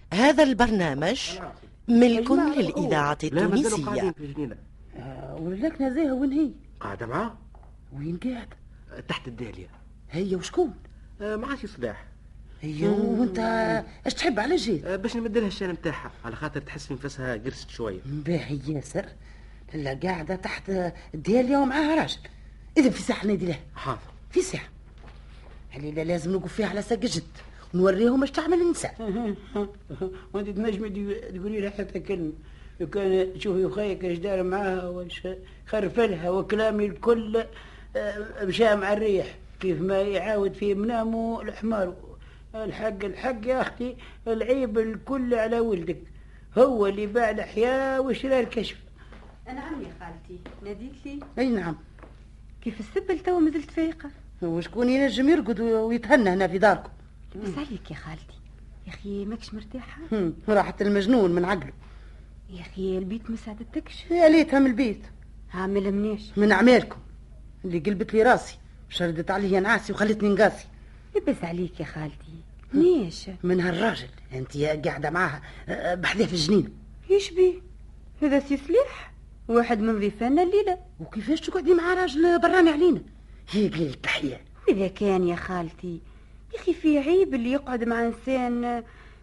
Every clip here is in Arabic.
هذا البرنامج ملك للإذاعة التونسية. واللكنة زيها وين هي؟ قاعدة معاه. وين قاعد؟ تحت الدالية. هي وشكون؟ معاشي صلاح. هي وانت اش تحب على جيت؟ باش نمدلها الشان متاعها على خاطر تحس في نفسها قرست شوية. باهي ياسر. لا قاعدة تحت الدالية ومعاها راجل. إذا في ساحة نادي لها. حاضر. في ساحة. الليلة لازم نوقف فيها على ساق جد ونوريهم اش تعمل النساء. وانت تنجمي تقولي لها حتى كلمة. لو كان تشوفي خيك اش دار معاها واش خرفلها وكلامي الكل مشى مع الريح كيف ما يعاود في منامه الحمار. الحق يا اختي العيب الكل على ولدك هو اللي باع الحياة وشرى الكشف. نعم يا خالتي ناديت لي. اي نعم. كيف السبل توا مازلت فايقة؟ وشكون ينجم يرقد ويتهنى هنا في داركم؟ بس عليك يا خالتي يا اخي ماكش مرتاحة؟ راحت المجنون من عقله يا اخي البيت ما ساعدتكش؟ يا ليتها من البيت. عامل منيش من اعمالكم اللي قلبت لي راسي شردت عليا نعاسي وخلتني نقاسي. بس عليك يا خالتي منيش من هالراجل انت قاعدة معاها بحذاه في الجنين. ايش بيه هذا سي سليح واحد من ضيفانا الليلة. وكيفاش تقعدي مع راجل براني علينا؟ هي قليل التحية. إذا كان يا خالتي يا أخي في عيب اللي يقعد مع إنسان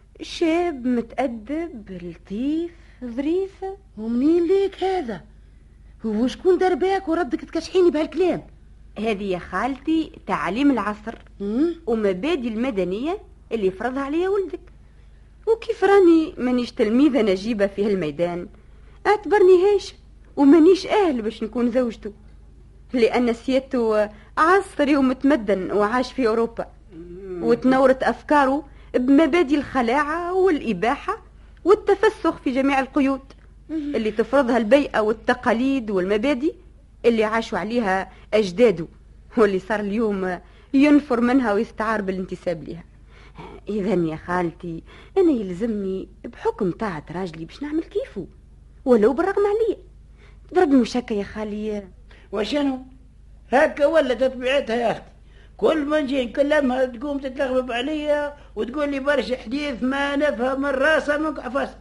شاب متأدب لطيف ظريف. ومنين ليك هذا؟ هو شكون درباك وردك تكشحيني بهالكلام؟ هذه يا خالتي تعاليم العصر ومبادئ المدنية اللي فرضها عليا ولدك. وكيف راني مانيش تلميذة نجيبة في هالميدان اعتبرني هاش ومانيش أهل باش نكون زوجته، لأن سيادته عصري ومتمدن وعاش في أوروبا وتنورت أفكاره بمبادئ الخلاعة والإباحة والتفسخ في جميع القيود اللي تفرضها البيئة والتقاليد والمبادئ اللي عاشوا عليها أجداده واللي صار اليوم ينفر منها ويستعار بالانتساب لها. إذن يا خالتي أنا يلزمني بحكم طاعة راجلي باش نعمل كيفه ولو بالرغم عليا. ضربني مشاكة يا خالي. وشنو هكا ولا تطبيعتها يا اختي؟ كل ما نجي نكلمها تقوم تتلغبب عليا وتقول لي برشا حديث ما نفهم من راسها من قفص.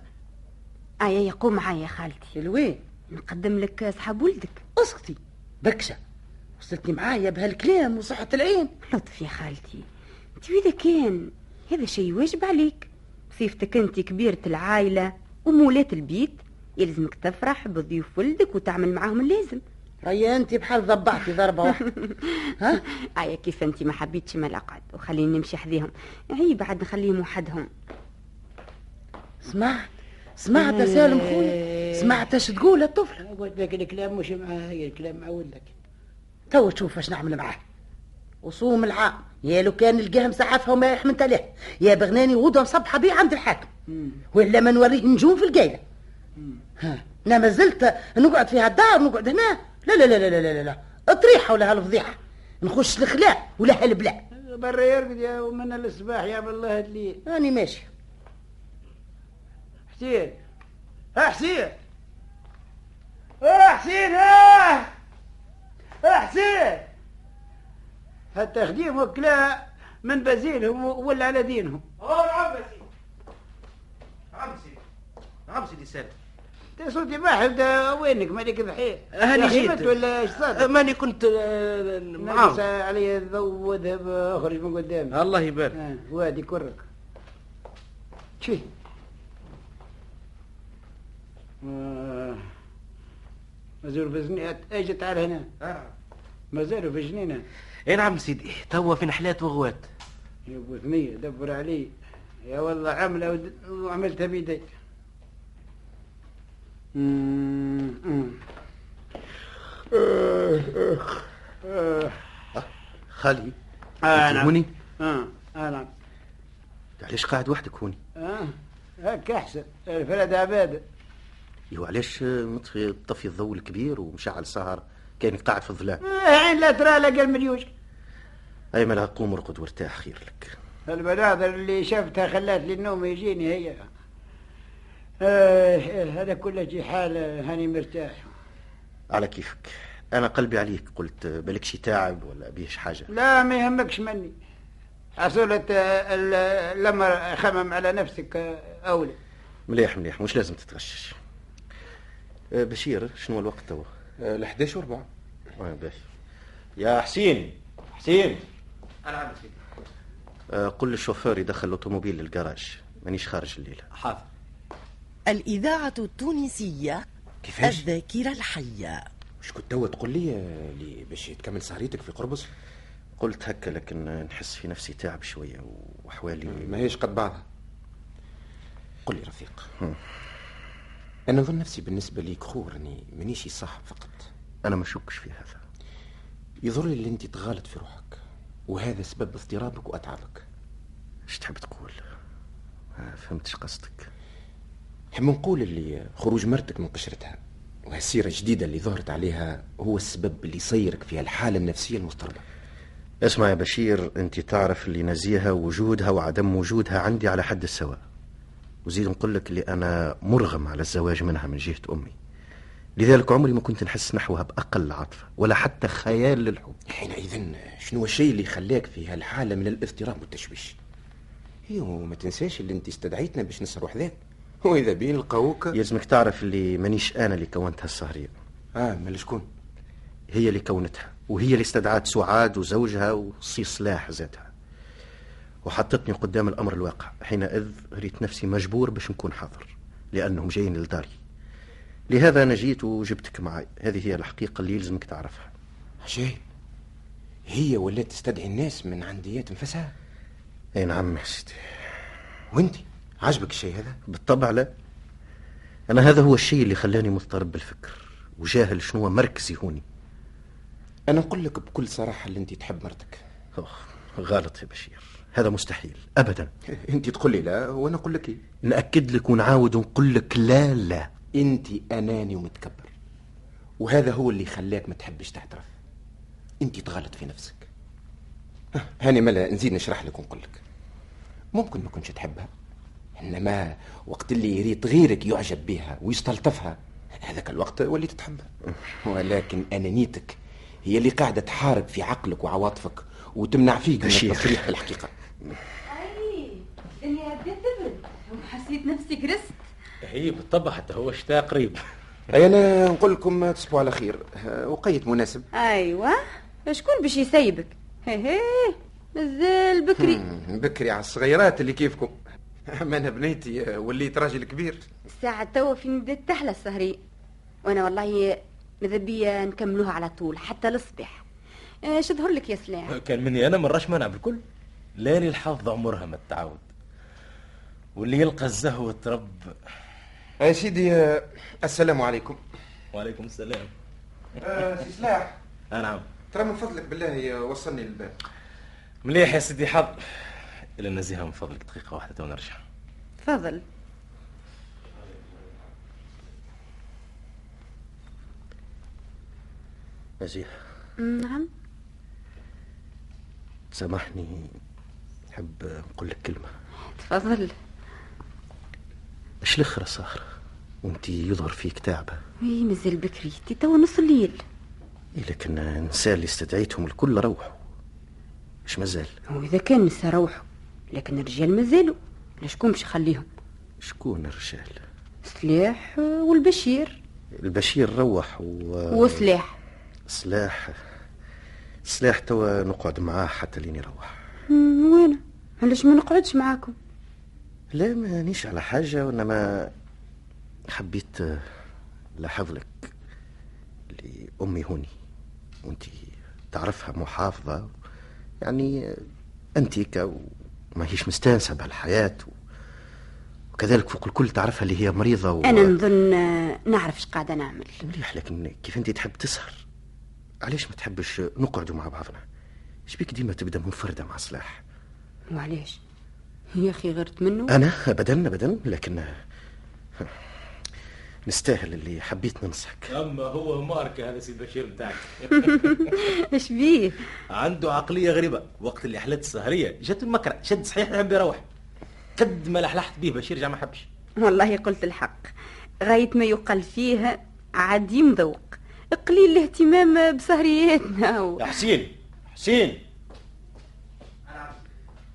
يقوم معايا يا خالتي. الوين؟ نقدم لك اصحاب ولدك. اسكتي بركشة وصلتني معايا بهالكلام وصحة العين. لطف يا خالتي انت اذا كان هذا شيء واجب عليك صيفتك انت كبيرة العائلة ومولات البيت يلزمك تفرح بضيوف ولدك وتعمل معاهم اللازم. ريا انت بحال ضبعتي ضربة واحدة. ها كيف انت ما حبيتش ما اقعد وخليني نمشي حذيهم هي بعد نخليهم وحدهم. سمعت سالم خويا سمعت اش تقول الطفل؟ قلت لك الكلام مش معاه هي الكلام مع ولدك. تو تشوف اش نعمل معاه. وصوم العام يا لو كان نلقاه مسعفها وما يحمل له يا بغناني غدوه صبحه بيه عند الحاكم ولا ما نوريه نجوم في القايله. انا ما زلت نقعد في هالدار نقعد هنا. لا لا لا لا لا لا اطريحه ولا هالفضيحه نخش الخلاء ولا هالبلاء. برا يرقد يا ومن الصباح يا بالله الليل. راني ماشي. حسين حسين حسين حسين حتى خديمك لا من بزيلهم ولا على دينهم. نعم سيدي. نعم سيدي سالم. انت صوتي باحث وينك مالك ضحيه؟ هاني جيت ولا ايش صار؟ ماني كنت معاهم. علي الضوء وذهب اخرج من قدامي. الله يبارك. وادي كرك. شي مازالوا في جنينة. اجي تعال هنا. مازالوا في جنينة. اي نعم سيدي توا في نحلات وغوات. يا ابو ثنية دبر علي يا والله عملة وعملتها بيدي. خالي نعم. هوني نعم. علاش قاعد وحدك هوني؟ هاك احسن الفرد عباده. ايوا علاش مطفي طفي الضوء الكبير ومشعل السهر كانك قاعد في الظلام؟ عين لا ترى لا قل مليوش. اي ملا قوم ورقد وارتاح خير لك. المناظر اللي شفتها خلات لي النوم يجيني هي. هذا كله شي حال هاني مرتاح. على كيفك انا قلبي عليك قلت بالك شي تعب ولا بيش حاجه. لا ما يهمكش مني حصلت لما خمم على نفسك أولى. مليح مليح، مش لازم تتغشش. بشير شنو الوقت توا؟ 11:04. باهي. يا حسين حسين، أنا عم بسيك. قل للشوفير يدخل الأوتوموبيل للجراج، مانيش خارج الليلة. حاضر. الإذاعة التونسية. كيفاش؟ الذاكرة الحية. مش كنت توا تقول لي باش تكمل سهريتك في قربص؟ قلت هكا، لكن نحس في نفسي تعب شوية وحوالي ما هيش قد بعضها. قل لي رفيق، أنا نظن نفسي بالنسبة ليك خور أني مانيش صاحب فقط. أنا ما شكش في هذا. يظهر لي اللي أنت تغالط في روحك، وهذا سبب اضطرابك وأتعابك. ايش تحب تقول؟ فهمتش قصدك. نحب نقول اللي خروج مرتك من قشرتها وهالسيرة الجديدة اللي ظهرت عليها هو السبب اللي يصيرك في الحالة النفسية المضطربة. اسمع يا بشير، انت تعرف اللي نزيها وجودها وعدم وجودها عندي على حد السواء، وزيد نقول لك اللي انا مرغم على الزواج منها من جهة امي، لذلك عمري ما كنت نحس نحوها باقل عاطفة ولا حتى خيال للحب. حينئذ شنو الشيء اللي خلاك في هالحالة من الاضطراب والتشويش؟ وما تنساش اللي انت استدعيتنا باش نسهر وحدات، واذا بين لقاوك. يلزمك تعرف اللي مانيش انا اللي كونتها السهرية. مال شكون؟ هي اللي كونتها، وهي اللي استدعت سعاد وزوجها وسي صلاح زادها، وحطتني قدام الامر الواقع. حينئذ ريت نفسي مجبور باش نكون حاضر لانهم جايين لداري. لهذا انا جيت وجبتك معي. هذه هي الحقيقة اللي يلزمك تعرفها. عجيب، هي ولات تستدعي الناس من عنديات نفسها. اي نعم يا سيدي. وانت عجبك الشيء هذا؟ بالطبع لا. انا هذا هو الشيء اللي خلاني مضطرب بالفكر وجاهل شنو مركزي هوني. انا نقول لك بكل صراحة اللي انت تحب مرتك. غلط يا بشير، هذا مستحيل ابدا. انت تقول لي لا وانا اقول لك ايه. نأكد لك ونعاود ونقول لك لا لا. انت اناني ومتكبر، وهذا هو اللي خلاك ما تحبش تعترف. انت تغلط في نفسك. هاني ملا نزيد نشرح لك ونقول لك. ممكن ما كنتش تحبها، انما وقت اللي يريد غيرك يعجب بها ويستلطفها هذاك الوقت وليت تحبها. ولكن انانيتك هي اللي قاعدة تحارب في عقلك وعواطفك وتمنع فيك من التصريح بالحقيقة. اي الدنيا بدات تبرد وحسيت نفسي قرست. هي بالطبع حتى هو الشتاء قريب. اي انا نقول لكم تصبحوا على خير. وقيت مناسب. ايوه، شكون باش يسيبك؟ هي مازال بكري. بكري على الصغيرات اللي كيفكم. اما انا بنيتي وليت راجل كبير. الساعة توا في بدات تحلى السهرية، وانا والله ماذا بيا نكملوها على طول حتى للصباح. شظهر لك يا سلاح. كان مني انا مراش مانع بالكل. ليالي الحظ عمرها ما تتعود، واللي يلقى الزهو ترب. يا سيدي السلام عليكم. وعليكم السلام. سي سلاح. نعم. ترى من فضلك بالله وصلني للباب. مليح يا سيدي حظ. إلا نزيها من فضلك دقيقة واحدة ونرجع. تفضل. نزيه. نعم. سامحني، نحب نقول لك كلمة. تفضل. ايش الاخرى صار وانت يظهر فيك تعبة؟ اي مازال بكري، تي توا نص الليل. لكن النساء اللي استدعيتهم الكل روحوا، ايش مازال؟ واذا كان النساء روحوا لكن الرجال مازالوا، لشكون باش يخليهم؟ شكون الرجال؟ سلاح والبشير. البشير روح وسلاح. سلاح توا نقعد معاه حتى لين يروح. وين؟ علاش ما نقعدش معاكم؟ لا مانيش على حاجة، وانما حبيت لاحظ لك اللي امي هوني وانت تعرفها محافظة، يعني انتيكا وما هيش مستانسة بهالحياة، وكذلك فوق الكل تعرفها اللي هي مريضة انا نظن نعرف اش قاعدة نعمل. مليح، لكن كيف انت تحب تسهر علاش ما تحبش نقعدوا مع بعضنا؟ ايش بيك ديما تبدا منفردة مع صلاح؟ وعلاش يا اخي غرت منه؟ انا ابدا، لكن نستاهل اللي حبيت ننصحك. اما هو ماركة هذا سي بشير بتاعك. ايش بيه؟ عنده عقلية غريبة. وقت اللي حلت السهرية جت المكره، شد صحيح يحب يروح، قد ما لحلحت بيه بشير جا ما حبش. والله قلت الحق، غاية ما يقال فيه عديم ذوق، قليل الاهتمام بسهرياتنا يا حسين.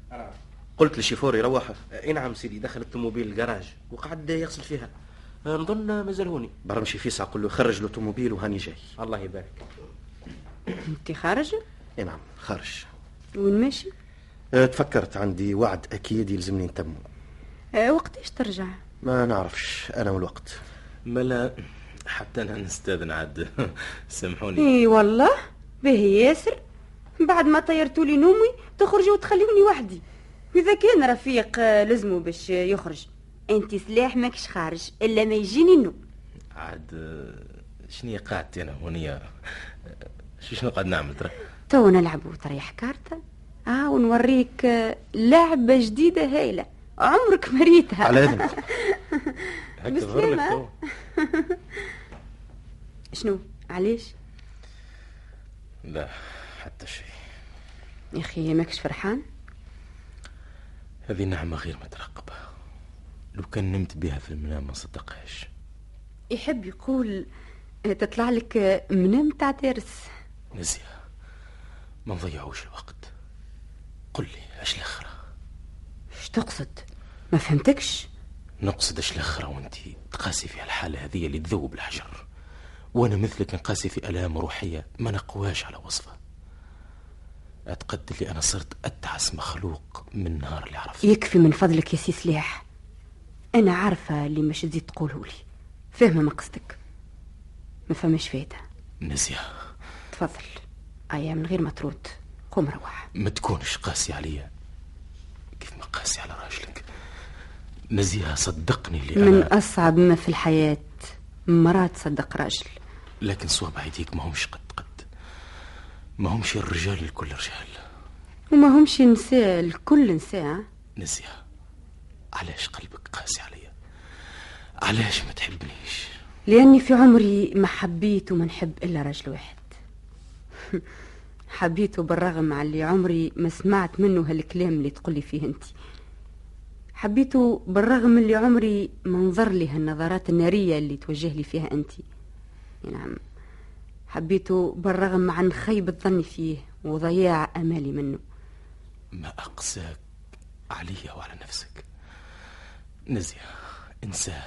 قلت للشيفور يروح. اي نعم سيدي، دخل الطوموبيل الجراج وقعد يغسل فيها. نظن مازالهوني. برمشي فيسع قل له خرج الأوتوموبيل وهاني جاي. الله يبارك. انت خارج؟ اي نعم خارج. وين ماشي؟ تفكرت عندي وعد أكيد يلزمني نتمه. وقتاش ترجع؟ ما نعرفش أنا والوقت. ملا حتى أنا نستاذن عاد. سامحوني. اي والله باهي ياسر، بعد ما طيرتوا لي نومي تخرجوا وتخليوني وحدي. إذا كان رفيق لازمه باش يخرج، انت سلاح ماكش خارج الا ما يجيني النوم. عاد شنية قعدت انا هونية، شنو قاعد نعمل ترى؟ تو نلعبوا تريح كارتة ونوريك لعبة جديدة هايلة عمرك ما ريتها. على إذن. هكا ظهر لك تو. شنو علاش؟ لا حتى شيء يا اخي ماكش فرحان؟ هذه نعمة غير مترقبة، لو كان نمت بها في المنام ما صدقهاش. يحب يقول تطلع لك منام تاع دارس. نزيه ما نضيعوش الوقت، قل لي اش الاخرة؟ اش تقصد؟ ما فهمتكش. نقصد اش الاخرة وانتي تقاسي في الحالة هذه اللي تذوب الحجر، وانا مثلك نقاسي في الام روحية ما نقواش على وصفة. اعتقد اللي انا صرت اتعس مخلوق من نهار اللي عرفت. يكفي من فضلك يا سي سلاح، انا عارفة اللي مش تزيد تقوله لي، فاهمة مقصدك، ما فهمش فايدة. نزيه تفضل من غير ما ترد، قوم روح. ما تكونش قاسي عليا كيف ما قاسي على راجلك. نزيه صدقني اللي من أنا أصعب ما في الحياة مرات تصدق راجل. لكن صوابع يديك ما همش قد ما همش الرجال الكل رجال، وما همش نساء الكل نساء. نزيه علاش قلبك قاسي عليا؟ علاش ما تحبنيش؟ لأني في عمري ما حبيت وما نحب إلا رجل واحد. حبيته بالرغم على اللي عمري ما سمعت منه هالكلام اللي تقولي فيه انت. حبيته بالرغم اللي عمري ما نظر لي هالنظرات النارية اللي توجه لي فيها انت. نعم حبيته بالرغم عن خيبة ظني فيه وضياع أمالي منه. ما أقساك عليا وعلى نفسك. نزيه انساه،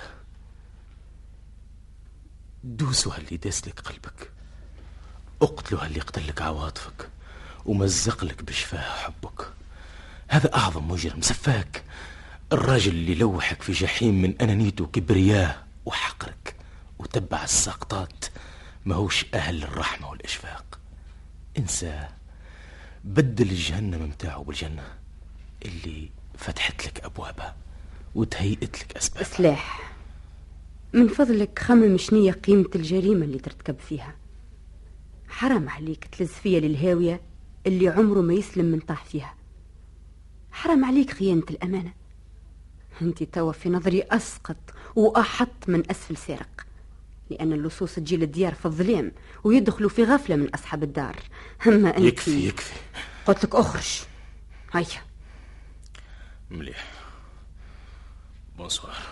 دوسوا اللي داسلك قلبك، اقتلوا اللي قتلك عواطفك ومزقلك بشفاه حبك. هذا أعظم مجرم سفاك، الراجل اللي لوحك في جحيم من أنانيته وكبرياه وحقرك وتبع الساقطات، ما هوش أهل الرحمة والإشفاق. انساه، بدل الجهنم متاعه بالجنة اللي فتحت لك أبوابها وتهيئت لك أسبابها. سلاح من فضلك خمم شنية قيمة الجريمة اللي ترتكب فيها. حرام عليك تلز فيا للهاوية اللي عمره ما يسلم من طاح فيها. حرام عليك خيانة الأمانة. انت توا في نظري أسقط وأحط من أسفل سارق، لأن اللصوص تجي للديار في الظلام ويدخلوا في غفلة من أصحاب الدار. أما أنت يكفي قلت لك أخرج. هيا مليح. بونسوار.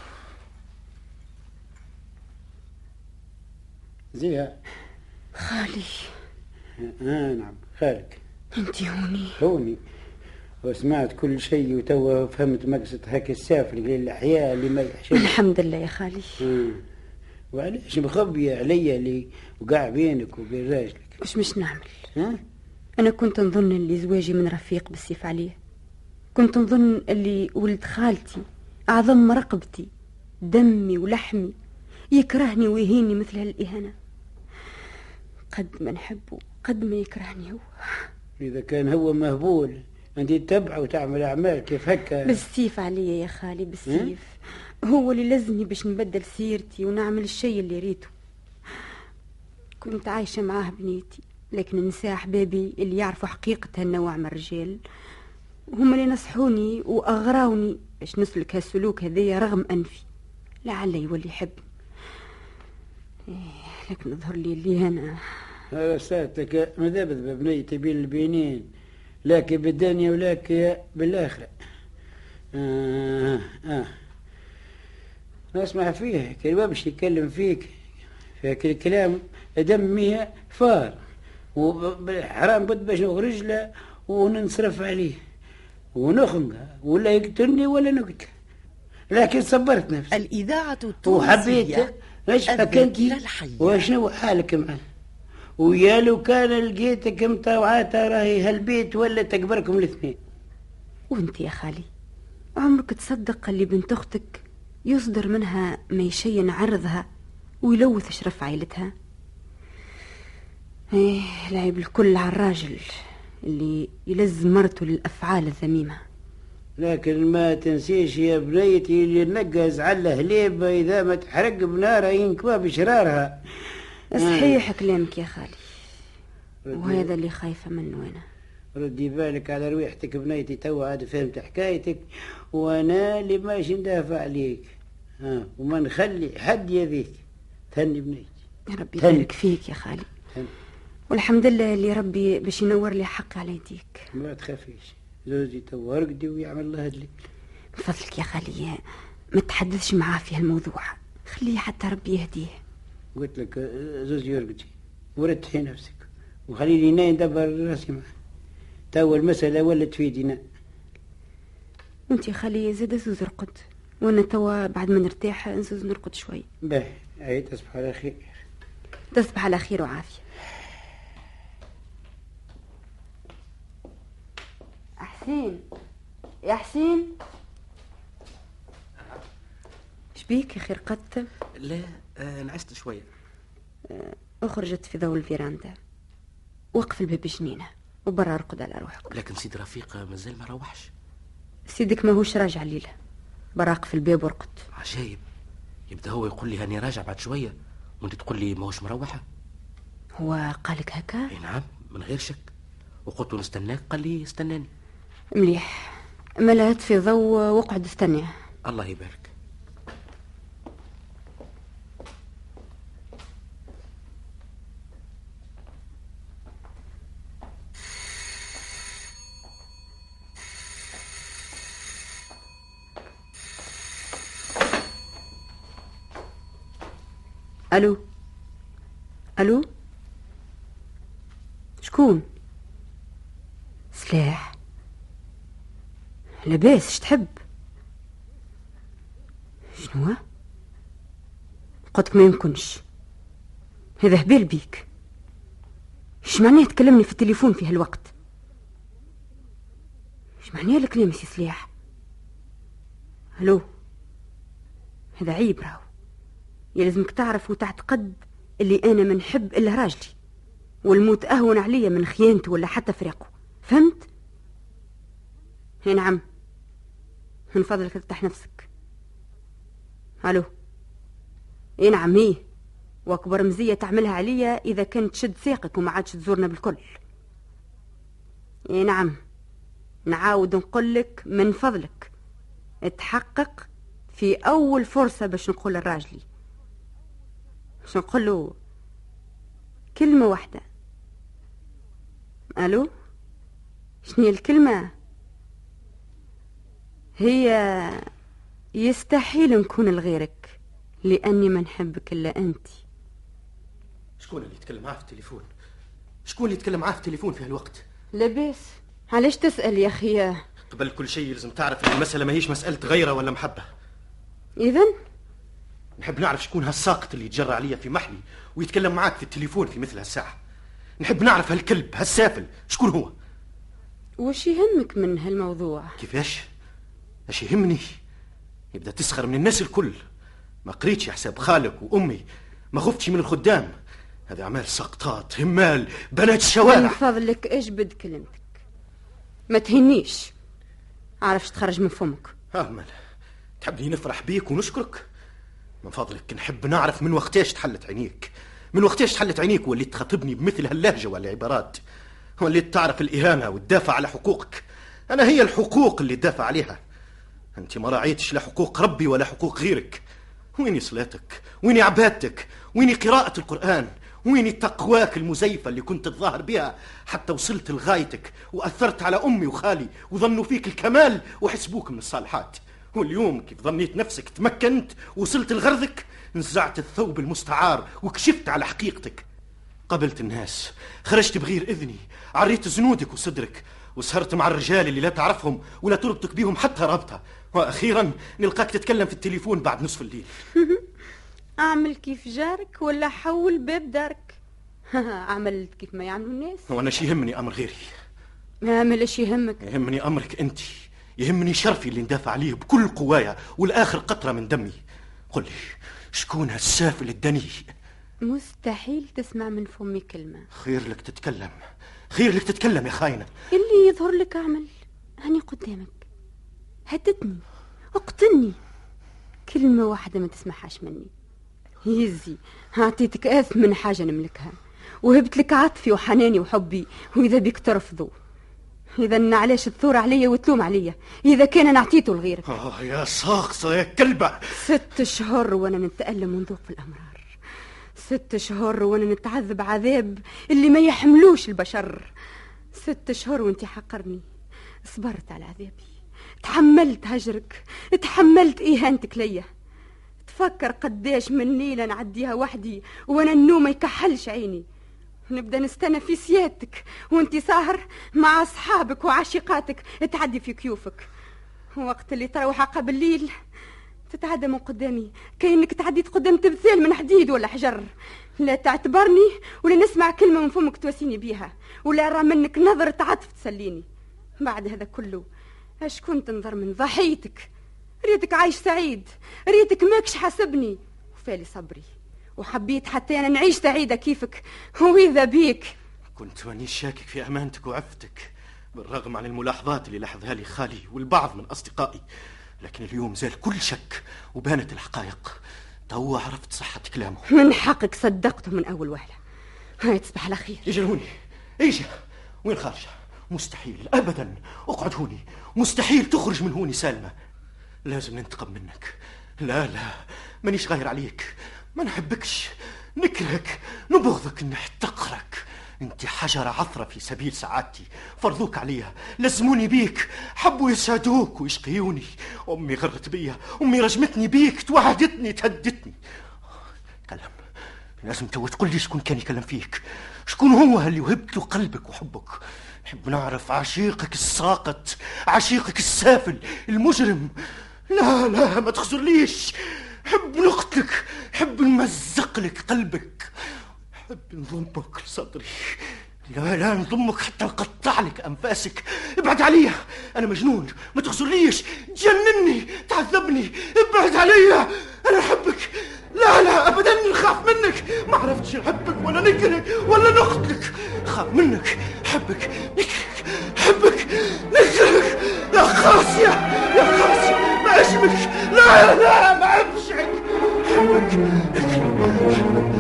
زيها خالي. نعم خالك. انت هوني وسمعت كل شيء وتوا فهمت مقصد هاك السافر للأحياء اللي ما يحشد. الحمد لله يا خالي. وعلاش مخبية عليا اللي وقع بينك وبين راجلك؟ مش نعمل؟ أنا كنت نظن اللي زواجي من رفيق بالسيف عليه، كنت نظن اللي ولد خالتي أعظم رقبتي دمي ولحمي يكرهني ويهيني مثل هالإهانة. قد ما نحبه قد ما يكرهني هو. إذا كان هو مهبول أنت تتبعه وتعمل أعمال كيف هكا؟ بالسيف عليا يا خالي، بالسيف. هو اللي لزني باش نبدل سيرتي ونعمل الشيء اللي ريته. كنت عايشة معاه بنيتي، لكن النساء أحبابي اللي يعرفوا حقيقة هالنوع من الرجال هم اللي نصحوني وأغراوني باش نسلك هالسلوك هذيا رغم أنفي، لعل يولي يحبني. لكن ظهر لي اللي أنا ساتك مذبذبة بنيتي بين البينين، لكن بالدنيا ولكن بالآخرة. نسمع فيه كل بمشي يكلم فيك في كلام دمي فار، وحرام بد باش نخرج له وننصرف عليه. ونخنقها ولا يقتلني ولا نقتل، لكن صبرت نفسي الإذاعة وحبيت التونسية نشفك انت الحية. وشنو حالك معه، ويا لو كان لقيتك مطوعاتها راهي هالبيت ولا تكبركم الاثنين. وانت يا خالي عمرك تصدق اللي بنت اختك يصدر منها ما يشين عرضها ويلوث شرف عائلتها؟ ايه العيب الكل على الراجل اللي يلز مرته للأفعال الذميمة. لكن ما تنسيش يا بنيتي اللي نقز على هليبة إذا ما تحرق بنارها ينكبها بشرارها. صحيح كلامك يا خالي، وهذا اللي خايفة منه أنا. ردي بالك على رويحتك بنيتي، تو عاد فهمت حكايتك وانا اللي ماشي ندافع عليك، وما نخلي حد يذيك. تهني بنيتي. يا ربي يبارك فيك يا خالي. والحمد لله اللي ربي باش ينور لي حقي على يديك. ما تخافيش، زوجي تو رقدي ويعمل الله الليل. من فضلك يا خالي ما تحدثش معاه في هالموضوع، خليه حتى ربي يهديه. قلت لك زوجي يرقدي ورتحي نفسك وخليني ناي ندبر راسي معاه، تو المسألة ولت في دينا. وانت يا خالي زاد زوز رقد، وانا توا بعد ما نرتاح نزوز نرقد شوي. باهي، هاي تصبح على خير. تصبح على خير وعافية. حسين يا حسين، شبيك يا خير قدت؟ لا نعست شوية. اخرجت في ضوء الفيراندا، وقف الباب جنينة وبرا ارقد على روحك. لكن سيد رفيق مازال ما روحش. سيدك ماهوش راجع الليلة، براق في الباب ورقد. عجايب، يبدا هو يقول لي هاني راجع بعد شوية وانت تقول لي ماهوش مروحة. هو قالك هكا؟ اي نعم من غير شك، وقلت نستناك قال لي استناني. مليح، ملا في ضوء واقعد استناه. الله يبارك. الو الو، شكون؟ سلاح؟ لاباس؟ اش تحب؟ شنو؟ قلتك ما يمكنش، هذا هبال بيك. اش معناه تكلمني في التليفون في هالوقت؟ اش معناه الكلام يا سلاح؟ الو، هذا عيب راهو، يلزمك تعرف وتعتقد اللي انا ما نحب الا راجلي، والموت اهون عليا من خيانته ولا حتى فراقه، فهمت؟ هي نعم، من فضلك تفتح نفسك. الو، اي نعم هي، واكبر مزيه تعملها عليا اذا كنت تشد ساقك وما عادش تزورنا بالكل. اي نعم، نعاود نقولك من فضلك اتحقق في اول فرصه باش نقول لراجلي، باش نقول له كلمه واحده. الو، شنو الكلمه؟ هي يستحيل نكون لغيرك لاني ما نحبك الا انت. شكون اللي يتكلم معاه في التليفون؟ شكون اللي يتكلم معاه في التليفون في هالوقت؟ لاباس، علاش تسأل يا أخي؟ قبل كل شيء لازم تعرف ان المسألة ما هيش مسألة غيرة ولا محبة. إذن؟ نحب نعرف شكون هالساقط اللي يتجرى عليا في محلي ويتكلم معاك في التليفون في مثل هالساعة. نحب نعرف هالكلب هالسافل شكون هو. وش يهمك من هالموضوع؟ كيفاش؟ اش يهمني؟ يبدأ تسخر من الناس الكل. ما قريتش حساب خالك وأمي، ما خفتش من الخدام. هذا أعمال سقطات، همال، بنات الشوارع. من فضلك اجبد كلمتك، ما تهنيش، عارفش تخرج من فمك. أمل تحبني نفرح بيك ونشكرك؟ من فضلك نحب نعرف من وقتاش تحلت عينيك، من وقتاش تحلت عينيك واللي تخاطبني بمثل هاللهجة والعبارات، واللي تعرف الإهانة والدافع على حقوقك. أنا هي الحقوق اللي تدافع عليها. أنت ما راعيتش لا حقوق ربي ولا حقوق غيرك. ويني صلاتك؟ ويني عبادتك؟ ويني قراءة القرآن؟ ويني تقواك المزيفة اللي كنت تظاهر بها حتى وصلت لغايتك وأثرت على أمي وخالي وظنوا فيك الكمال وحسبوك من الصالحات؟ واليوم كيف ظنيت نفسك تمكنت وصلت لغرضك، نزعت الثوب المستعار وكشفت على حقيقتك. قبلت الناس، خرجت بغير إذني، عريت زنودك وصدرك، وسهرت مع الرجال اللي لا تعرفهم ولا تربطك بيهم حتى رابطة، وأخيرا نلقاك تتكلم في التليفون بعد نصف الليل. أعمل كيف جارك ولا حول باب دارك؟ عملت كيف ما يعملوا الناس. وأنا شي يهمني أمر غيري. عامل ايش يهمك؟ يهمني أمرك أنت، يهمني شرفي اللي ندافع عليه بكل قوايا والآخر قطرة من دمي. قل لي شكون هالسافل الدني؟ مستحيل تسمع من فمي كلمة. خير لك تتكلم، خير لك تتكلم يا خاينة. اللي يظهر لك أعمل، هاني قدامك، هددني، اقتلني، كلمة واحدة ما تسمعهاش مني. يزي أعطيتك أثمن حاجة نملكها، وهبت لك عطفي وحناني وحبي، وإذا بيك ترفضوا، إذا علاش تثور عليا وتلوم عليا إذا كان أنا عطيته لغيرك؟ يا ساقصة يا كلبة. 6 شهور وأنا نتألم ونذوق في الأمرار، 6 شهور وأنا نتعذب عذاب اللي ما يحملوش البشر، 6 شهور وانتي حقرني. صبرت على عذابي، تحملت هجرك، تحملت إهانتك ليا. تفكر قداش من ليلة نعديها وحدي وأنا النوم ما يكحلش عيني، نبدأ نستنى في سيادتك وانتي ساهر مع أصحابك وعشيقاتك تعدي في كيوفك. وقت اللي تروح عقب الليل تتعدى من قدامي كأنك تعديت قدام تمثال من حديد ولا حجر. لا تعتبرني ولا نسمع كلمة من فمك تواسيني بيها، ولا أرى منك نظرة عطف تسليني. بعد هذا كله اش كنت تنظر من ضحيتك؟ ريتك عايش سعيد، ريتك ماكش حاسبني وفالي صبري، وحبيت حتى أنا نعيش سعيدة كيفك. وإذا بيك كنت ماني شاكك في أمانتك وعفتك بالرغم عن الملاحظات اللي لاحظها لي خالي والبعض من أصدقائي، لكن اليوم زال كل شك وبانت الحقائق. توا عرفت صحة كلامه. من حقك صدقته من أول وهلة. هاي تصبح على خير. اجي هوني. اجي. وين خارجة؟ مستحيل أبدا اقعد هوني، مستحيل تخرج من هوني سالمة. لازم ننتقم منك. لا مانيش غاير عليك، ما نحبكش، نكرهك، نبغضك، نحتقرك. انت حجرة عثرة في سبيل سعادتي، فرضوك عليها، لزموني بيك، حبوا يسعدوك ويشقيوني. أمي غرت بيا، أمي رجمتني بيك، توعدتني، تهدتني. كلام لازم تقول لي شكون كان يكلم فيك، شكون هو اللي وهبت له قلبك وحبك. نحب نعرف عشيقك الساقط، عشيقك السافل المجرم. لا ما تخزرليش، حب نقتلك، حب نمزق لك قلبك، حب نضمك لصدري. لا نضمك حتى نقطع لك أنفاسك. ابعد عليا، أنا مجنون، ما تخزرليش، تجنني، تعذبني، ابعد عليا، أنا أحبك. لا أبدا نخاف منك، ما عرفتش نحبك ولا نكرهك ولا نقتلك. خاف منك، حبك، نكرهك، حبك، نكرهك. يا خاسية ما أشبك. لا ما أبشعك، حبك، نكرهك.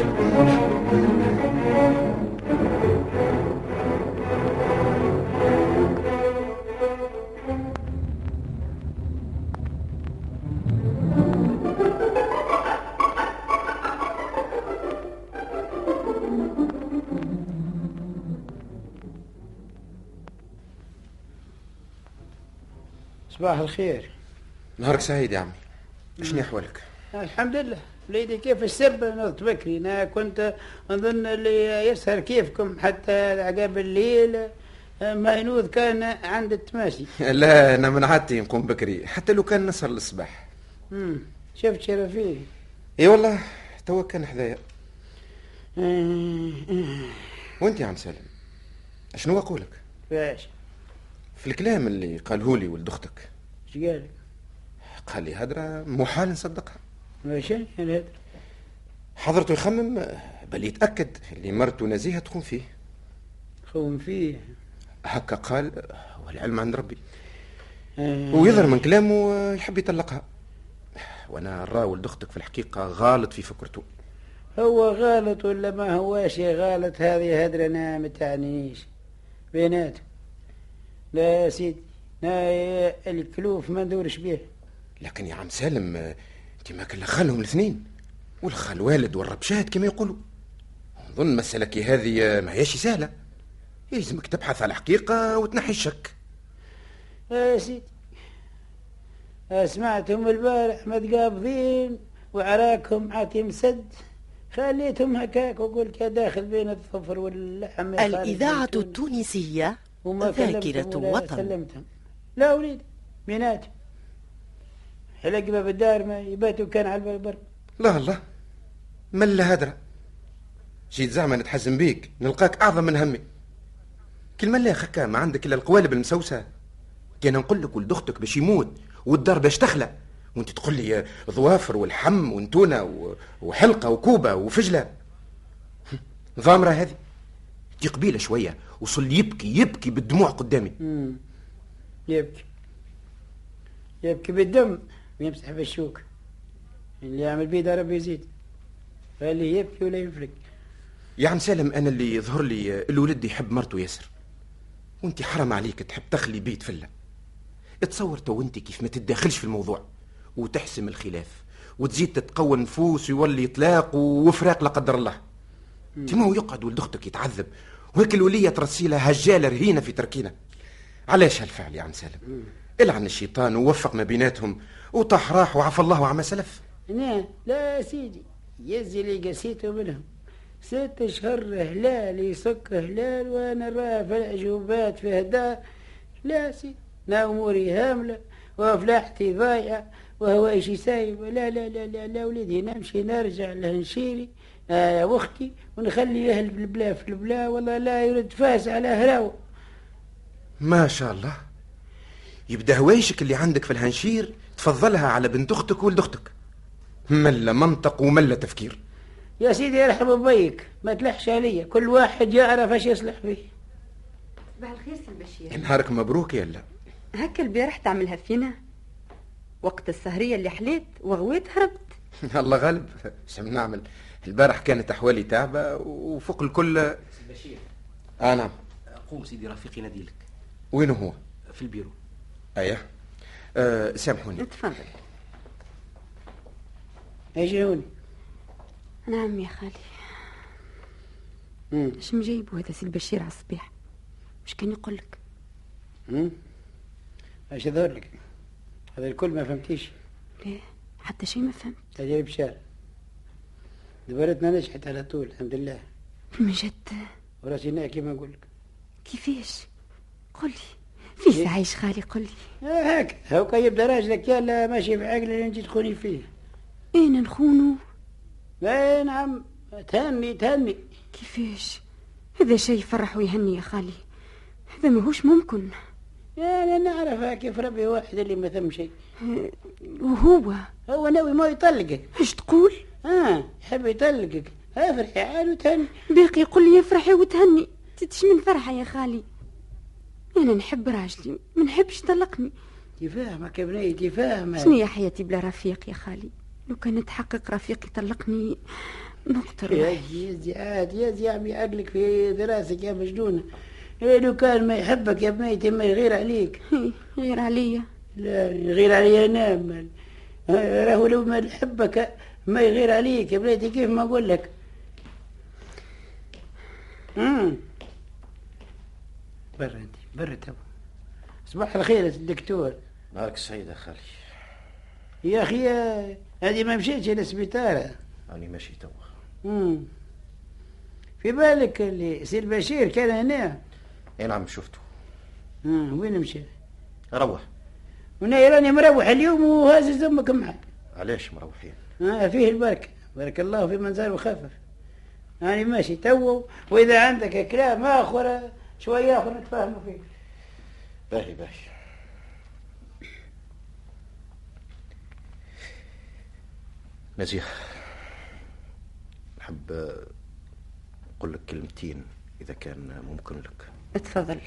صباح الخير. نهارك سعيد يا عمي. شنو احوالك؟ الحمد لله. وليدي كيف السرب نضت بكري؟ انا كنت نظن اللي يسهر كيفكم حتى عقاب الليل ما ينوض كان عند التماشي. لا انا من عادتي نقوم بكري حتى لو كان نسهر للصباح. شفت شرفيه؟ اي والله توا كان حذايا. وانت يا عم سالم شنو اقولك؟ باش في الكلام اللي قالهولي ولد اختك. اش قالك؟ قال لي هدرة محال نصدقها. واش الهدرة؟ حضرته يخمم بل يتأكد اللي مرته نزيهة تخون فيه. تخون فيه؟ هكا قال، والعلم عند ربي. ويظهر من كلامه يحب يطلقها. وانا نرى ولد اختك في الحقيقة غالط في فكرته. هو غالط ولا ما هواش غالط؟ هذه هدرة انا متعنيش بيناتهم. لا يا سيدي، الكلوف ما ندورش به. لكن يا عم سالم انت ما كان خالهم الاثنين، والخال والد والربشات كما يقولوا. نظن مسألة هذه ما هيش سهلة، يلزمك تبحث على الحقيقة وتنحي الشك. يا سيدي سمعتهم البارح متقابضين وعراكهم عاتي مسد، خليتهم هكاك وقلت يا داخل بين الظفر واللحم. الإذاعة التونسية وما ذاكرة كلمتهم ولا وطن. سلمتهم. لا وليد بيناتهم حلق باب الدار ما يباتوا كان على البر. لا الله ملا هدرة جيت زعما نتحزن بيك نلقاك أعظم من همي. كل ملا يا خكا ما عندك إلا القوالب المسوسة. كان نقول لك ولد أختك باش يموت والدار باش تخلى وانت تقول لي ظوافر والحم ونتونة وحلقة وكوبة وفجلة. ضامرة هذه دي قبيلة شوية وصل يبكي بالدموع قدامي. يبكي بالدم ويمسح بالشوك. اللي يعمل بيه ربي يزيد. اللي يبكي ولا يفرق. يا عم سالم أنا اللي يظهر لي الولد يحب مرته ياسر وانت حرام عليك تحب تخلي بيت فله. اتصور تو انت كيف ما تتداخلش في الموضوع وتحسم الخلاف وتزيد تتقوى النفوس ويولي إطلاق وفراق لا قدر الله. تما هو يقعد ولد اختك يتعذب وهيك الولية ترسي لها هجالة رهينة في تركينا. علاش هالفعل يا عم سالم؟ العن الشيطان ووفق ما بيناتهم وطاح راح وعفى الله عما سلف. لا سيدي يزي اللي قسيته منهم 6 أشهر هلال يسك هلال وانا راه في العجوبات في هدا. لا سيدي نا اموري هامله وفلاحتي ضايعه وهو ايش سايب. لا لا لا لا, لا وليدي نمشي نرجع لهنشيري واختي ونخلي اهل البلا في البلا والله لا يرد فاس على هراوه. ما شاء الله يبدا هوايشك اللي عندك في الهنشير تفضلها على بنت اختك وولد اختك. ملا منطق وملا تفكير. يا سيدي يرحم بيك ما تلحش عليا كل واحد يعرف ايش يصلح فيه. صباح الخير سي البشير. نهارك مبروك يلا. هكا البارح تعملها فينا وقت السهرية اللي حليت وغويت هربت. الله غالب شو نعمل البارح كانت احوالي تعبة وفوق الكل. بشير نعم. قوم سيدي رفيقي ناديلك. وين هو؟ في البيرو. ايه سامحوني. تفضل. اجوني. نعم يا خالي. اش مجيبه هذا سي البشير على الصباح؟ مش كان يقول لك؟ ايش يظهر لك؟ هذا الكل ما فهمتيش. لا حتى شيء ما فهمت. تجري بشار دبرتنا نجحت على طول الحمد لله. من جد؟ وراسينا كيما نقول لك. كيفاش؟ قل لي في عايش خالي قل لي. هاكا يبدا راجلك يلا ماشي بعقل اللي انت تخوني فيه. اين نخونو؟ اي نعم تهني. كيفاش؟ هذا شيء يفرح ويهني يا خالي. هذا ماهوش ممكن. انا نعرفها كيف ربي واحد اللي ما ثم شيء. هو ناوي ما يطلقك. ايش تقول؟ يحب يطلقك. افرحي عاد وتهني. باقي يقول لي افرحي وتهني. تتش من فرحه يا خالي. انا نحب راجلي ما نحبش يطلقني. تفاهمك يا بنيتي فاهمك. شنو يا حياتي بلا رفيق يا خالي؟ لو كان نتحقق رفيق يطلقني نقتل يا عاد يا عمي عقلك في دراسك يا مجنونه. لو كان ما يحبك يا بنيتي ما يغير عليك. غير عليا؟ لا يغير عليا انا. راهو لو ما يحبك ما يغير عليك يا بنيتي كيف ما اقول لك. برا تو. صباح الخير يا الدكتور. نهارك سعيد يا خالي. يا اخي هذه ما مشيتش للسبيطار. أنا ماشي توا. في بالك اللي سي البشير كان هنا؟ اي نعم شفته. وين مشى؟ روح. وانا راني مروح اليوم وهازز امك معك. علاش مروحين؟ فيه البركه بارك الله في من زار وخفف. أنا ماشي تو واذا عندك كلام اخر شويه اخر نتفاهموا فيه. باهي نزيه نحب أقول لك كلمتين إذا كان ممكن لك. اتفضل.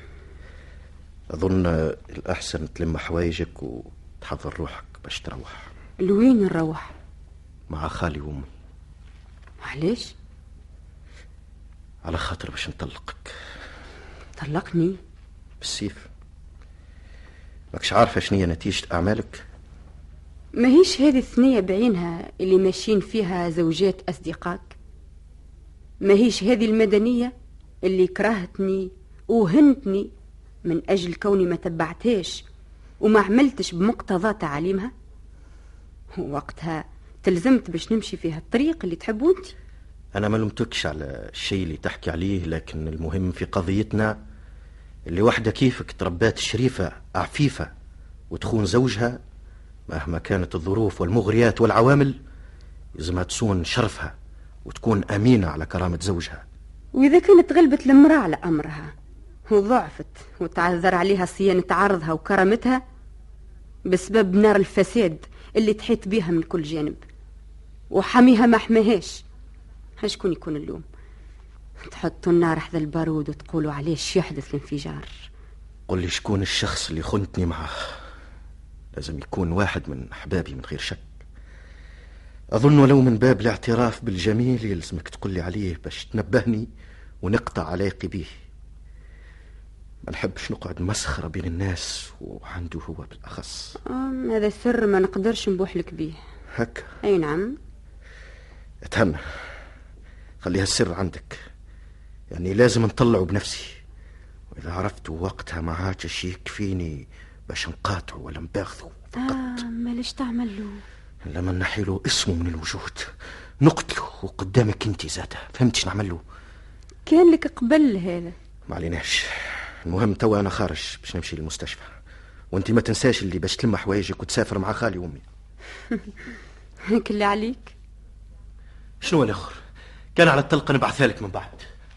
أظن الأحسن تلم حوايجك وتحضر روحك باش تروح. لوين نروح؟ مع خالي وأمي. علاش؟ على خاطر باش نطلقك. طلقني؟ بالسيف. ماكش عارفة شنية نتيجة أعمالك؟ ما هيش هذه الثنية بعينها اللي ماشيين فيها زوجات أصدقائك؟ ما هيش هذه المدنية اللي كرهتني وهنتني من أجل كوني ما تبعتهاش وما عملتش بمقتضى تعاليمها؟ وقتها تلزمت باش نمشي فيها الطريق اللي تحبه انت. أنا ما لمتكش على الشيء اللي تحكي عليه، لكن المهم في قضيتنا اللي واحدة كيفك تربات شريفة عفيفة وتخون زوجها مهما كانت الظروف والمغريات والعوامل، لازمها تصون شرفها وتكون أمينة على كرامة زوجها. وإذا كانت غلبت المرأة على أمرها وضعفت وتعذر عليها صيانة عرضها وكرامتها بسبب نار الفساد اللي تحيط بيها من كل جانب وحميها ما حماهاش، شكون يكون اللوم؟ تحطوا النار حذا البارود وتقولوا عليه يحدث الانفجار. قل لي شكون الشخص اللي خنتني معه؟ لازم يكون واحد من أحبابي من غير شك. أظن ولو من باب الاعتراف بالجميل يلزمك تقول لي عليه باش تنبهني ونقطع علاقي به. ما نحبش نقعد مسخرة بين الناس وعنده هو بالأخص. هذا سر ما نقدرش نبوح لك بيه. هكا؟ أي نعم. اتهنى، خليها السر عندك، يعني لازم نطلعه بنفسي، وإذا عرفت وقتها ما عادش يكفيني باش نقاطعه ولا نباغذه فقط. ما ليش تعمل له؟ لما نحيله اسمه من الوجود، نقتله وقدامك انت زاده. فهمتش نعمل له؟ كان لك قبل هذا. ما عليناش، المهم توا انا خارج باش نمشي للمستشفى، وانت ما تنساش اللي باش تلم حوايجك وتسافر مع خالي وامي. هيك اللي عليك. شنو الاخر؟ كان على الطلقه نبعثها لك من بعد.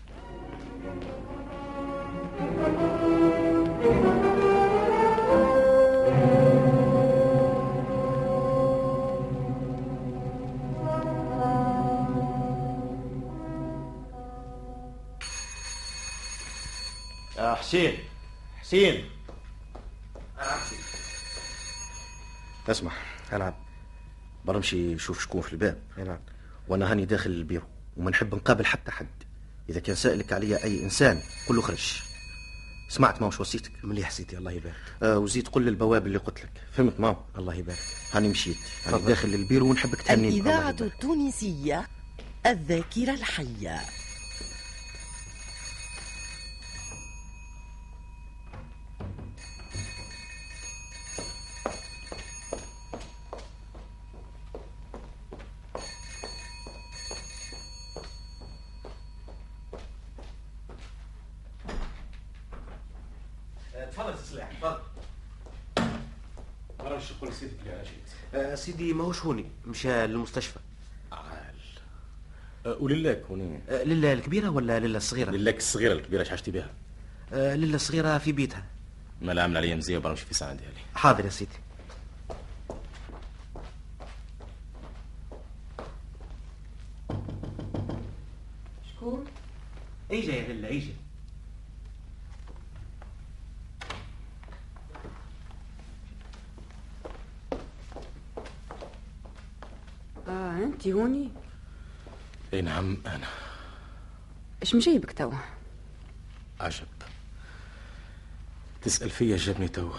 يا حسين، حسين. اسمع، نعم. برمشي نشوف شكون في الباب. نعم. وانا هاني داخل البيرو وما نحب نقابل حتى حد. اذا كان سائلك عليا اي انسان قل له خرج. سمعت ما وش وصيتك؟ مليح سيدي، الله يبارك. وزيد قل للبواب اللي قلت لك. فهمت ماو؟ الله يبارك. هاني مشيت، هاني داخل البيرو ونحبك تهنيني. الإذاعة التونسية الذاكرة الحية. تفضل سلاح، تفضل. مرة شو قول سيدك اللي أنا جيت؟ سيدي ماهوش هوني، مشى للمستشفى. ولله هوني؟ لله الكبيرة ولا لله الصغيرة؟ لله الصغيرة. الكبيرة اش حاجتي بها؟ لله الصغيرة في بيتها. ما لا عامل عليا مزيه وبرمشي في ساعة ديالي. حاضر يا سيدي. شكون؟ ايجا يا لله ايجا. انت هوني؟ اي نعم انا. ايش مجيبك توا؟ عجب، تسأل فيا جابني توا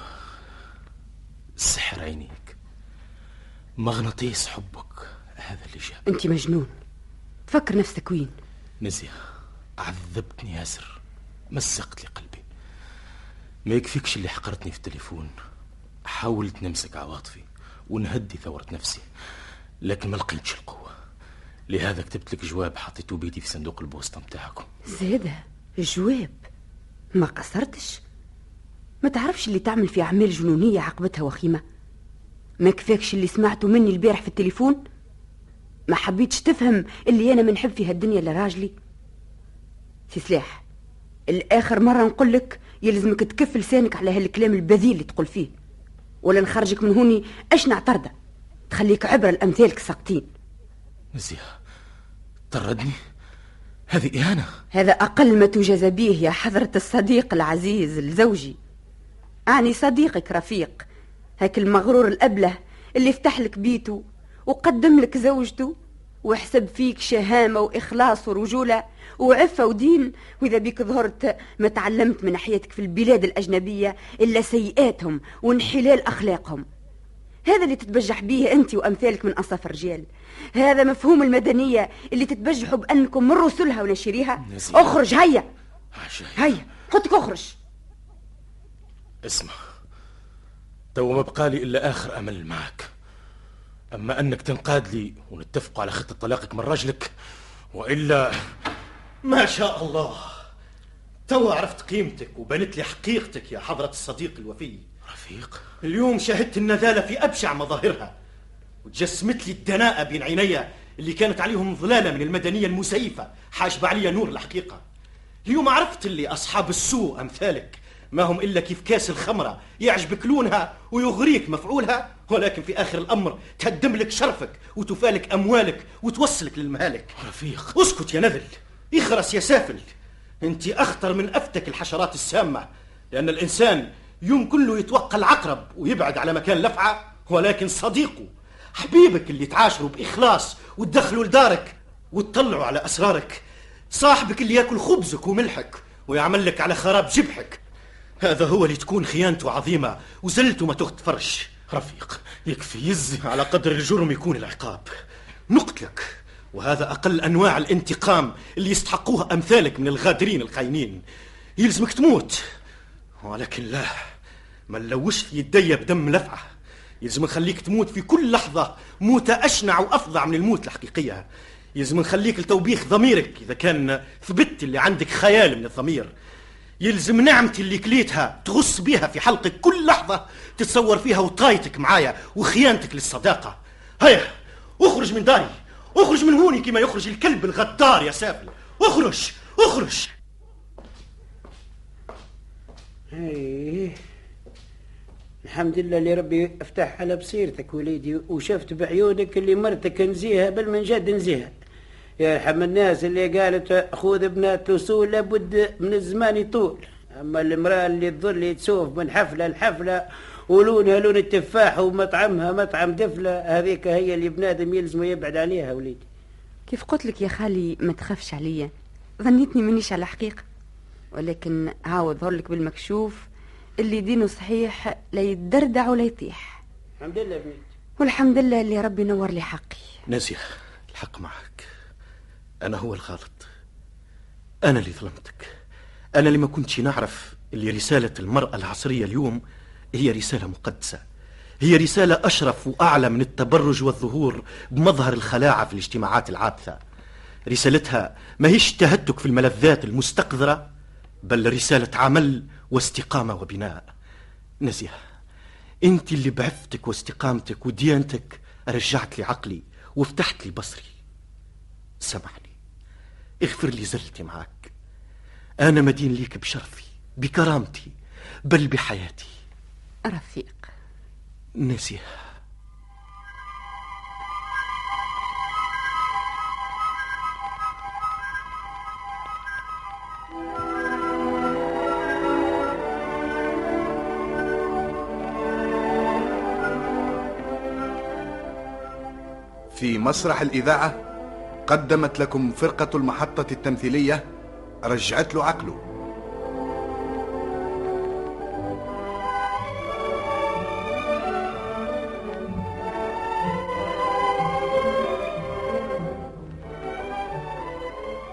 سحر عينيك، مغناطيس حبك، هذا اللي جاب. انت مجنون، تفكر نفسك وين؟ نزيه، عذبتني ياسر، مزقت لي قلبي. ما يكفيكش اللي حقرتني في التليفون. حاولت نمسك عواطفي ونهدي ثورة نفسي، لكن ما لقيتش القوة. لهذا كتبت لك جواب حطيته بيدي في صندوق البوسطة متاعكم. زيادة جواب؟ ما قصرتش؟ ما تعرفش اللي تعمل في أعمال جنونية عقبتها وخيمة؟ ما كفاكش اللي سمعته مني البارح في التليفون؟ ما حبيتش تفهم اللي أنا منحب في هالدنيا لراجلي؟ سي سلاح، الآخر مرة نقولك يلزمك تكف لسانك على هالكلام البذيء اللي تقول فيه، ولا نخرجك من هوني أشنع طردة تخليك عبرة لأمثالك ساقطين. نزيه، طردني؟ هذه إهانة. هذا أقل ما تجازى به يا حضرة الصديق العزيز لزوجي. أعني صديقك رفيق، هاك المغرور الأبله اللي فتح لك بيته وقدم لك زوجته وحسب فيك شهامة وإخلاص ورجولة وعفة ودين، وإذا بك ظهرت ما تعلمت من حياتك في البلاد الأجنبية إلا سيئاتهم وانحلال أخلاقهم. هذا اللي تتبجح به أنت وأمثالك من أنصاف الرجال. هذا مفهوم المدنية اللي تتبجحوا بأنكم من رسلها ونشريها. اخرج هيا. هيا قلتك اخرج. اسمع، تو ما بقالي إلا آخر أمل معك، أما أنك تنقاد لي ونتفقوا على خطة طلاقك من رجلك، وإلا ما شاء الله توا عرفت قيمتك وبنت لي حقيقتك يا حضرة الصديق الوفي. رفيق، اليوم شاهدت النذالة في أبشع مظاهرها، وتجسمت لي الدناءة بين عيني اللي كانت عليهم ظلالة من المدنية المزيفة حاجب علي نور الحقيقة. اليوم عرفت اللي أصحاب السوء أمثالك ما هم إلا كيف كاس الخمرة يعجبك لونها ويغريك مفعولها، ولكن في آخر الأمر تهدم لك شرفك وتفالك أموالك وتوصلك للمهالك. رفيق، اسكت يا نذل، اخرس يا سافل. انت أخطر من أفتك الحشرات السامة، لأن الإنسان يوم كله يتوقع العقرب ويبعد على مكان لفعة، ولكن صديقه حبيبك اللي تعاشره بإخلاص وتدخله لدارك وتطلعه على أسرارك، صاحبك اللي يأكل خبزك وملحك ويعمل لك على خراب جبحك، هذا هو اللي تكون خيانته عظيمة وزلته ما تخت فرش. رفيق، يكفي يزي. على قدر الجرم يكون العقاب، نقتلك، وهذا أقل أنواع الانتقام اللي يستحقوها أمثالك من الغادرين الخاينين. يلزمك تموت، ولكن لا، ما نلوش يدي بدم لفعة. يلزم نخليك تموت في كل لحظة موتة أشنع وأفظع من الموت الحقيقية. يلزم نخليك لتوبيخ ضميرك إذا كان ثبت اللي عندك خيال من الضمير. يلزم نعمتي اللي كليتها تغص بيها في حلقك كل لحظة تتصور فيها وطايتك معايا وخيانتك للصداقة. هيا اخرج من داري، اخرج من هوني كما يخرج الكلب الغدار يا سافل. اخرج اخرج. الحمد لله اللي ربي افتح على بصيرتك وليدي، وشفت بعيونك اللي مرتك نزيها بل من جد نزيها. يرحم الناس اللي قالت خذ بنات الأصول لابد من الزمان يطول، أما المرأة اللي تظل تسوف من حفلة لحفلة ولونها لون التفاح ومطعمها مطعم دفلة، هذيك هي اللي بنادم يلزم يبعد عليها وليدي. كيف قلت لك يا خالي ما تخافش عليا، ظنيتني منيش على حقيقة، ولكن عاود ظهر لك بالمكشوف اللي دينه صحيح لا يتدردع ولا يطيح. الحمد لله بنيت، والحمد لله اللي ربي نور لي حقي. نازية، الحق معك، أنا هو الغلط، أنا اللي ظلمتك، أنا اللي ما كنتش نعرف اللي رسالة المرأة العصرية اليوم هي رسالة مقدسة، هي رسالة أشرف وأعلى من التبرج والظهور بمظهر الخلاعة في الاجتماعات العابثة. رسالتها ما هيش تهتك في الملذات المستقذرة، بل رسالة عمل واستقامة وبناء. نازية، أنت اللي بعفتك واستقامتك وديانتك رجعت لي عقلي وفتحت لي بصري. سامحني، اغفر لي زلتي معك، أنا مدين ليك بشرفي بكرامتي بل بحياتي. رفيق. نازية، في مسرح الإذاعة قدمت لكم فرقة المحطة التمثيلية رجعت له عقله.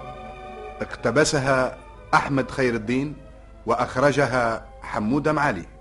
اقتبسها أحمد خير الدين وأخرجها حمودة معالي.